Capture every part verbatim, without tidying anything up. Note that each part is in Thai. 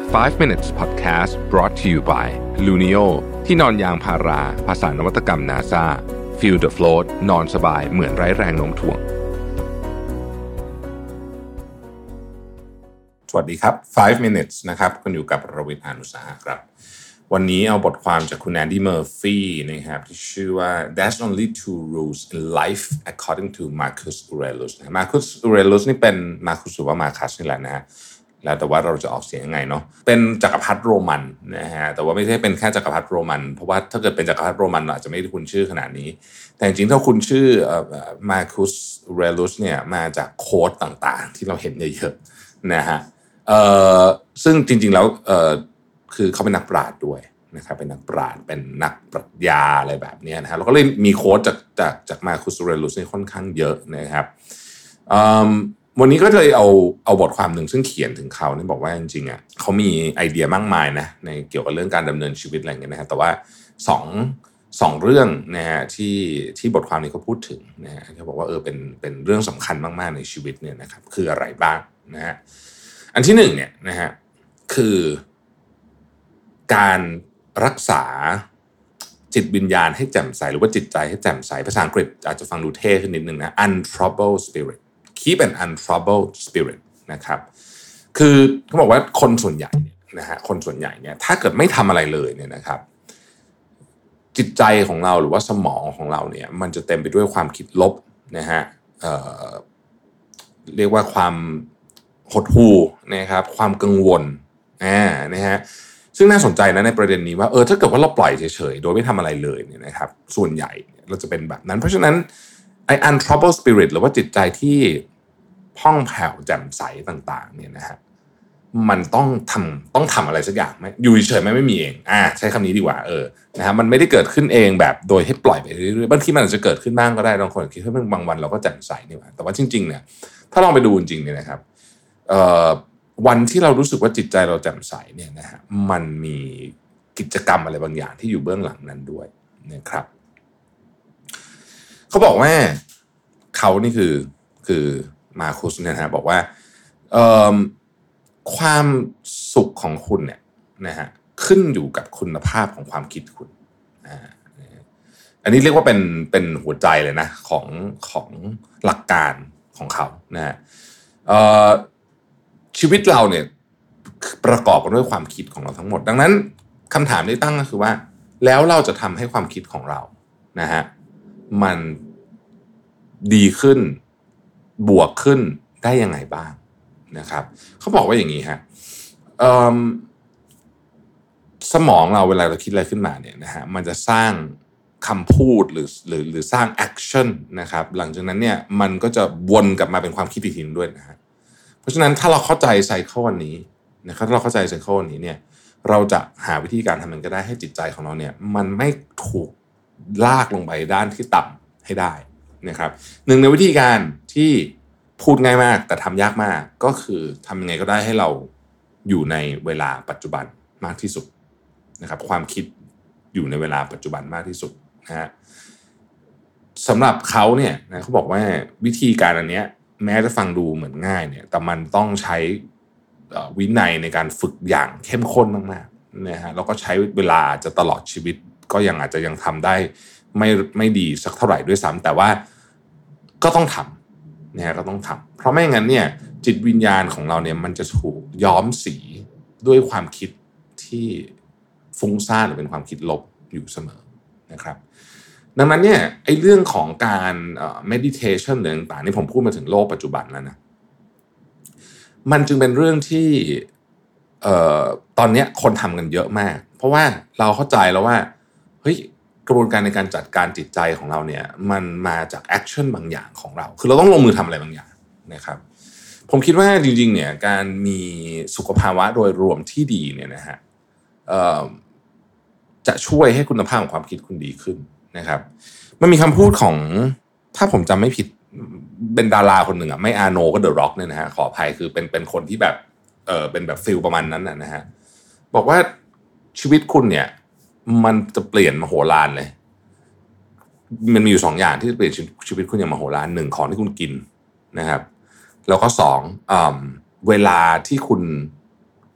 five minutes podcast brought to you by Lunio ที่นอนยางพาราภาษานวัตกรรม NASA Feel the float นอนสบายเหมือนไร้แรงโน้มถ่วงสวัสดีครับfive minutes นะครับคุณอยู่กับรวิทย์ อานุสาหะครับวันนี้เอาบทความจากคุณแอนดี้เมอร์ฟี่นะครับที่ชื่อว่า There's only two rules in life according to Marcus Aurelius นะ Marcus Aurelius นี่เป็น Marcus หรือว่า Marcus นี่แหละนะฮะแล้วแต่ว่าเราจะออกเสียงยังไงเนาะเป็นจักรพรรดิโรมันนะฮะแต่ว่าไม่ใช่เป็นแค่จักรพรรดิโรมันเพราะว่าถ้าเกิดเป็นจักรพรรดิโรมันเราอาจจะไม่ได้คุ้นชื่อขนาดนี้แต่จริงๆถ้าคุณชื่อ Marcus Aurelius เนี่ยมาจากโค้ดต่างๆที่เราเห็นเยอะๆนะฮะเอ่อซึ่งจริงๆแล้วเอ่อคือเขาเป็นนักปราชญ์ด้วยนะครับเป็นนักปราชญ์เป็นนักปรัชญาอะไรแบบนี้นะฮะแล้วก็เลยมีโค้ดจากจากจากมาคุสเรลุสนี่ค่อนข้างเยอะนะครับวันนี้ก็เลยเอาเอาบทความหนึ่งซึ่งเขียนถึงเขาเนี่ยบอกว่าจริงๆอ่ะเขามีไอเดียมากมายนะในเกี่ยวกับเรื่องการดำเนินชีวิตอะไรอย่างเงี้ยนะฮะแต่ว่าสองสองเรื่องนะฮะที่ที่บทความนี้เขาพูดถึงนะฮะเขาบอกว่าเออเป็นเป็นเรื่องสำคัญมากๆในชีวิตเนี่ยนะครับคืออะไรบ้างนะฮะอันที่หนึ่งเนี่ยนะฮะคือการรักษาจิตวิญญาณให้แจ่มใสหรือว่าจิตใจให้แจ่มใสภาษาอังกฤษอาจจะฟังดูเท่ขึ้นนิดนึงนะ untroubled spirit keep an untroubled spirit นะครับคือเขาบอกว่าคนส่วนใหญ่นะฮะคนส่วนใหญ่เนี่ยถ้าเกิดไม่ทำอะไรเลยเนี่ยนะครับจิตใจของเราหรือว่าสมองของเราเนี่ยมันจะเต็มไปด้วยความคิดลบนะฮะ เอ่อ เรียกว่าความหดหู่นะครับความกังวลอ่านะฮะซึ่งน่าสนใจนะในประเด็นนี้ว่าเออถ้าเกิดว่าเราปล่อยเฉยๆโดยไม่ทำอะไรเลยเนี่ยนะครับส่วนใหญ่เราจะเป็นแบบนั้นเพราะฉะนั้นไอ้ untroubled spirit หรือว่าจิตใจที่พ่องแผ่วแจ่มใสต่างๆเนี่ยนะฮะมันต้องทำต้องทำอะไรสักอย่างไหมอยู่เฉยๆไม่ไม่มีเองอ่าใช้คำนี้ดีกว่าเออนะฮะมันไม่ได้เกิดขึ้นเองแบบโดยให้ปล่อยไปเรื่อยๆบางทีมันอาจจะเกิดขึ้นบ้างก็ได้บางคนคิดว่าบางวันเราก็แจ่มใสนี่หว่าแต่ว่าจริงๆเนี่ยถ้าลองไปดูจริงๆเนี่ยนะครับเอ่อวันที่เรารู้สึกว่าจิตใจเราแจ่มใสเนี่ยนะฮะมันมีกิจกรรมอะไรบางอย่างที่อยู่เบื้องหลังนั้นด้วยนะครับเขาบอกว่าเขานี่คือคือมาคุสเนี่ยนะฮะบอกว่าเอ่อความสุขของคุณเนี่ยนะฮะขึ้นอยู่กับคุณภาพของความคิดคุณอ่าอันนี้เรียกว่าเป็นเป็นหัวใจเลยนะของของหลักการของเขานะฮะเอ่อชีวิตเราเนี่ยประกอบกันด้วยความคิดของเราทั้งหมดดังนั้นคำถามที่ตั้งก็คือว่าแล้วเราจะทำให้ความคิดของเรานะฮะมันดีขึ้นบวกขึ้นได้ยังไงบ้างนะครับเขาบอกว่าอย่างนี้ฮะสมองเราเวลาเราคิดอะไรขึ้นมาเนี่ยนะฮะมันจะสร้างคำพูดหรือหรือหรือสร้างแอคชั่นนะครับหลังจากนั้นเนี่ยมันก็จะวนกลับมาเป็นความคิดอีกทีนึงด้วยนะฮะเพราะฉะนั้นถ้าเราเข้าใจไซเคิลนี้นะครับถ้าเราเข้าใจไซเคิลนี้เนี่ยเราจะหาวิธีการทำมันก็ได้ให้จิตใจของเราเนี่ยมันไม่ถูกลากลงไปด้านที่ต่ำให้ได้นะครับหนึ่งในวิธีการที่พูดง่ายมากแต่ทำยากมากก็คือทำยังไงก็ได้ให้เราอยู่ในเวลาปัจจุบันมากที่สุดนะครับความคิดอยู่ในเวลาปัจจุบันมากที่สุดนะฮะสำหรับเขาเนี่ยนะเขาบอกว่าวิธีการอันเนี้ยแม้จะฟังดูเหมือนง่ายเนี่ยแต่มันต้องใช้วินัยในการฝึกอย่างเข้มข้นมากๆนะฮะแล้วก็ใช้เวลาจะตลอดชีวิตก็ยังอาจจะยังทำได้ไม่ไม่ดีสักเท่าไหร่ด้วยซ้ำแต่ว่าก็ต้องทำนะฮะก็ต้องทำเพราะไม่งั้นเนี่ยจิตวิญญาณของเราเนี่ยมันจะถูกย้อมสีด้วยความคิดที่ฟุ้งซ่านหรือเป็นความคิดลบอยู่เสมอนะครับดังนั้นเนี่ยไอ้เรื่องของการเอ่อ meditation หรือต่างๆนี่ผมพูดมาถึงโลกปัจจุบันแล้วนะมันจึงเป็นเรื่องที่เอ่อตอนนี้คนทำกันเยอะมากเพราะว่าเราเข้าใจแล้วว่าเฮ้ยกระบวนการในการจัดการจิตใจของเราเนี่ยมันมาจากแอคชั่นบางอย่างของเราคือเราต้องลงมือทำอะไรบางอย่างนะครับผมคิดว่าจริงๆเนี่ยการมีสุขภาวะโดยรวมที่ดีเนี่ยนะฮะเอ่อจะช่วยให้คุณภาพของความคิดคุณดีขึ้นนะครับมันมีคำพูดของถ้าผมจำไม่ผิดเป็นดาราคนหนึ่งอ่ะไม่อาโนก็เดอะร็อกเนี่ยนะฮะขออภัยคือเป็นเป็นคนที่แบบเออเป็นแบบฟิลประมาณนั้นนะฮะบอกว่าชีวิตคุณเนี่ยมันจะเปลี่ยนมโหฬารเลยมันมีอยู่สองอย่างที่จะเปลี่ยนชีวิตคุณอย่างมโหฬารหนึ่งของที่คุณกินนะครับแล้วก็สองเอ่อเวลาที่คุณ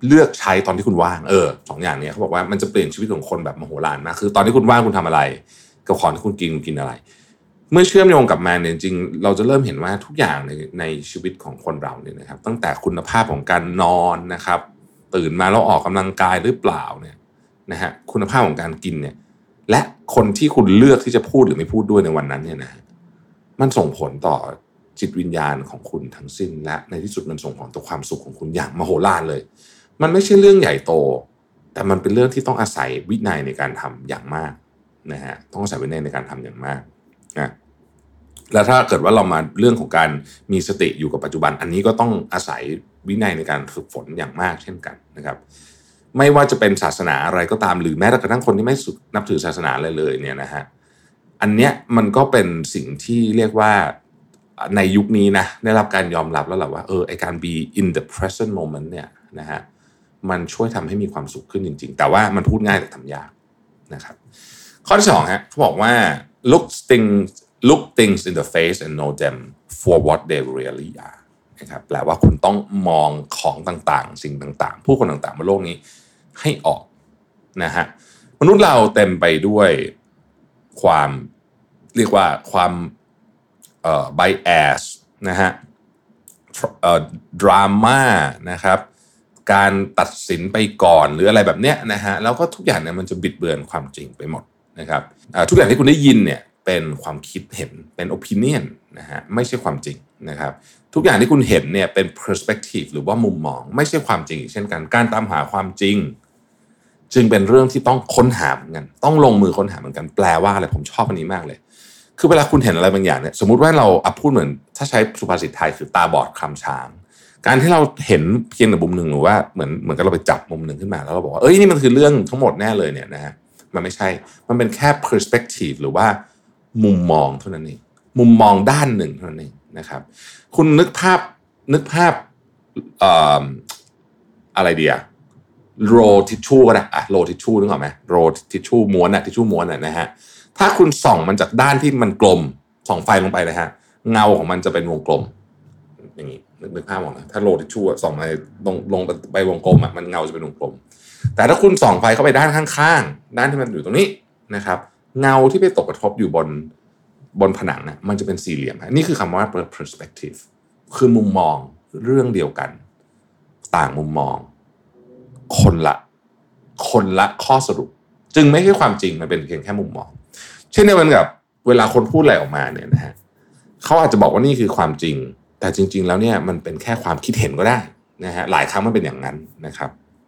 เลือกใช้ตอนที่คุณว่างเออสองอย่างนี้เขาบอกว่ามันจะเปลี่ยนชีวิตของคนแบบมโหฬารมากคือตอนที่คุณว่างคุณทำอะไรกับของที่คุณกินคุณกินอะไรเมื่อเชื่อมโยงกับมาเนี่ยจริงๆเราจะเริ่มเห็นว่าทุกอย่างในในชีวิตของคนเราเนี่ยนะครับตั้งแต่คุณภาพของการนอนนะครับตื่นมาแล้วออกกำลังกายหรือเปล่าเนี่ยนะฮะคุณภาพของการกินเนี่ยและคนที่คุณเลือกที่จะพูดหรือไม่พูดด้วยในวันนั้นเนี่ยนะมันส่งผลต่อจิตวิญญาณของคุณทั้งสิ้นและในที่สุดมันส่งผลต่อความสุขของคุณอย่างมโหฬารเลยมันไม่ใช่เรื่องใหญ่โตแต่มันเป็นเรื่องที่ต้องอาศัยวินัยในการทำอย่างมากนะฮะต้องอาศัยวินัยในการทำอย่างมากนะแล้วถ้าเกิดว่าเรามาเรื่องของการมีสติอยู่กับปัจจุบันอันนี้ก็ต้องอาศัยวินัยในการฝึกฝนอย่างมากเช่นกันนะครับไม่ว่าจะเป็นศาสนาอะไรก็ตามหรือแม้แต่กระทั่งคนที่ไม่นับถือศาสนาเลยเลยเนี่ยนะฮะอันเนี้ยมันก็เป็นสิ่งที่เรียกว่าในยุคนี้นะได้รับการยอมรับแล้วแหละว่าเออไอการ be in the present moment เนี่ยนะฮะมันช่วยทำให้มีความสุขขึ้นจริงๆแต่ว่ามันพูดง่ายแต่ทำยากนะครับข้อที่สองฮะเขาบอกว่า look things look things in the face and know them for what they really are นะครับแปลว่าคุณต้องมองของต่างๆสิ่งต่างๆผู้คนต่างๆบนโลกนี้ให้ออกนะฮะมนุษย์เราเต็มไปด้วยความเรียกว่าความเอ่อ bias นะฮะเอ่อดราม่านะครับการตัดสินไปก่อนหรืออะไรแบบเนี้ยนะฮะแล้วก็ทุกอย่างเนี่ยมันจะบิดเบือนความจริงไปหมดนะครับทุกอย่างที่คุณได้ยินเนี่ยเป็นความคิดเห็นเป็น opinion นะฮะไม่ใช่ความจริงนะครับทุกอย่างที่คุณเห็นเนี่ยเป็น perspective หรือว่ามุมมองไม่ใช่ความจริงเช่นกันการตามหาความจริงจึงเป็นเรื่องที่ต้องค้นหาเหมือนกันต้องลงมือค้นหาเหมือนกันแปลว่าอะไรผมชอบอันนี้มากเลยคือเวลาคุณเห็นอะไรบางอย่างเนี่ยสมมุติว่าเราอัพูดเหมือนถ้าใช้สุภาษิตไทยคือตาบอดคลำช้างการที่เราเห็นเพียงแต่มุมหนึ่งหรือว่าเหมือนเหมือนกับเราไปจับมุมหนึ่งขึ้นมาแล้วเราบอกว่าเอ้ยนี่มันคือเรื่องทั้งหมดแน่เลยเนี่ยนะฮะมันไม่ใช่มันเป็นแค่ perspective หรือว่ามุมมองเท่านั้นเองมุมมองด้านหนึ่งเท่านั้นเองนะครับคุณนึกภาพนึกภาพเอ่ออะไรดีอะโรทิชชู่ก็ได้อะโรทิชชู่นึกออกไหมโรทิชชู่ม้วนอะทิชชู่ม้วนอะนะฮะถ้าคุณส่องมันจากด้านที่มันกลมส่องไฟลงไปนะฮะเงาของมันจะเป็นวงกลมอย่างนี้นึกภาพออกนะถ้าโรทิชชู่ส่องไปลงลงไปวงกลมอะมันเงาจะเป็นวงกลมแต่ถ้าคุณส่องไฟเข้าไปด้านข้างๆด้านที่มันอยู่ตรงนี้นะครับเงาที่ไปตกกระทบอยู่บนบนผนังนะมันจะเป็นสี่เหลี่ยมนี่คือคำว่า perspective คือมุมมองเรื่องเดียวกันต่างมุมมองคนละคนละข้อสรุปจึงไม่ใช่ความจริงมันเป็นเพียงแค่มุมมองเช่นเดียวกันกับเวลาคนพูดอะไรออกมาเนี่ยนะฮะเขาอาจจะบอกว่านี่คือความจริงแต่จริงๆแล้วเนี่ยมันเป็นแค่ความคิดเห็นก็ได้นะฮะหลายครั้งมันเป็นอย่างนั้นนะครับ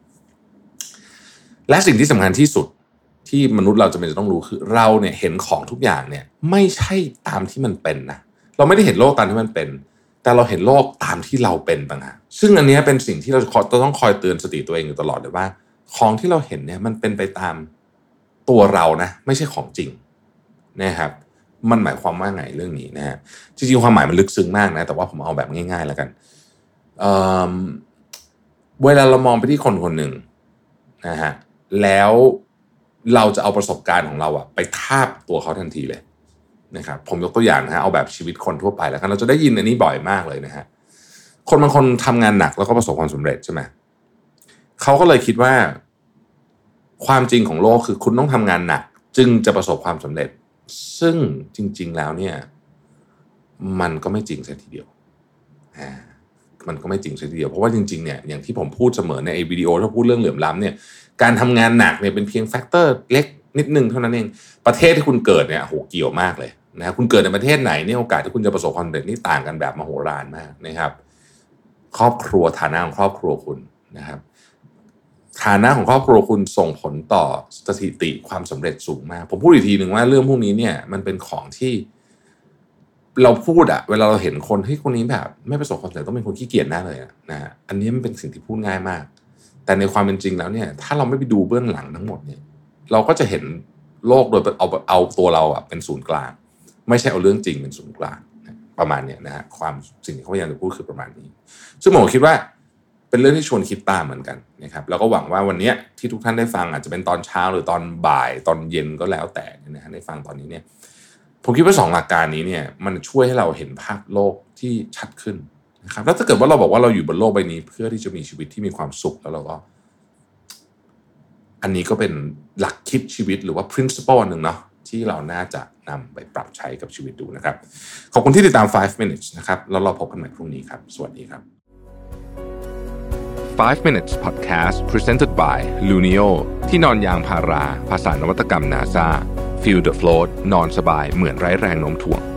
และสิ่งที่สำคัญที่สุดที่มนุษย์เราจะเป็นจะต้องรู้คือเราเนี่ยเห็นของทุกอย่างเนี่ยไม่ใช่ตามที่มันเป็นนะเราไม่ได้เห็นโลกตามที่มันเป็นแต่เราเห็นโลกตามที่เราเป็นต่างหากซึ่งอันนี้เป็นสิ่งที่เราต้องคอยเตือนสติตัวเองอยู่ตลอดเลยว่าของที่เราเห็นเนี่ยมันเป็นไปตามตัวเรานะไม่ใช่ของจริงนะครับมันหมายความว่าไงเรื่องนี้นะฮะจริงๆความหมายมันลึกซึ้งมากนะแต่ว่าผมเอาแบบง่ายๆแล้วกัน เ, เวลาเรามองไปที่คนคนหนึ่งนะฮะแล้วเราจะเอาประสบการณ์ของเราอะไปทาบตัวเขาทันทีเลยนะครับผมยกตัวอย่างนะฮะเอาแบบชีวิตคนทั่วไปแล้วกันเราจะได้ยินอันนี้บ่อยมากเลยนะฮะคนบางคนทำงานหนักแล้วก็ประสบความสำเร็จใช่ไหมเขาก็เลยคิดว่าความจริงของโลกคือคุณต้องทำงานหนักจึงจะประสบความสำเร็จซึ่งจริงๆแล้วเนี่ยมันก็ไม่จริงซะทีเดียวอ่ามันก็ไม่จริงซะทีเดียวเพราะว่าจริงๆเนี่ยอย่างที่ผมพูดเสมอในไอ้วิดีโอที่พูดเรื่องเหลื่อมล้ำเนี่ยการทำงานหนักเนี่ยเป็นเพียงแฟกเตอร์เล็กนิดนึงเท่านั้นเองประเทศที่คุณเกิดเนี่ยโหเกี่ยวมากเลยนะคุณเกิดในประเทศไหนเนี่ยโอกาสที่คุณจะประสบความสำเร็จนี่ต่างกันแบบมโหฬารมากนะครับครอบครัวฐานะของครอบครัวคุณนะครับฐานะของครอบครัวคุณส่งผลต่อสถิติความสำเร็จสูงมากผมพูดอีกทีหนึ่งว่าเรื่องพวกนี้เนี่ยมันเป็นของที่เราพูดอะเวลาเราเห็นคนที่คนนี้แบบไม่ประสบความสำเร็จต้องเป็นคนขี้เกียจแน่เลยนะฮะอันนี้มันเป็นสิ่งที่พูดง่ายมากแต่ในความเป็นจริงแล้วเนี่ยถ้าเราไม่ไปดูเบื้องหลังทั้งหมดเนี่ยเราก็จะเห็นโลกโดยเอาเอาตัวเราอะเป็นศูนย์กลางไม่ใช่เอาเรื่องจริงเป็นศูนย์กลางประมาณเนี้ยนะฮะความสิ่งที่เขาพยายามจะพูดคือประมาณนี้ซึ่งผมคิดว่าเป็นเรื่องที่ชวนคิดตามเหมือนกันนะครับแล้วก็หวังว่าวันนี้ที่ทุกท่านได้ฟังอาจจะเป็นตอนเช้าหรือตอนบ่ายตอนเย็นก็แล้วแต่นะฮะได้ฟังตอนนี้เนี่ยผมคิดว่าสองหลักการนี้เนี่ยมันช่วยให้เราเห็นภาพโลกที่ชัดขึ้นนะครับแล้วถ้าเกิดว่าเราบอกว่าเราอยู่บนโลกใบนี้เพื่อที่จะมีชีวิตที่มีความสุขแล้วเราก็อันนี้ก็เป็นหลักคิดชีวิตหรือว่า principle นึงเนาะที่เราน่าจะนำไปปรับใช้กับชีวิตดูนะครับขอบคุณที่ติดตาม five minutes นะครับแล้วเราพบกันใหม่พรุ่งนี้ครับสวัสดีครับ five minutes podcast presented by Lunio ที่นอนยางพาราภาษานวัตกรรม NASA Feel the float นอนสบายเหมือนไร้แรงโน้มถ่วง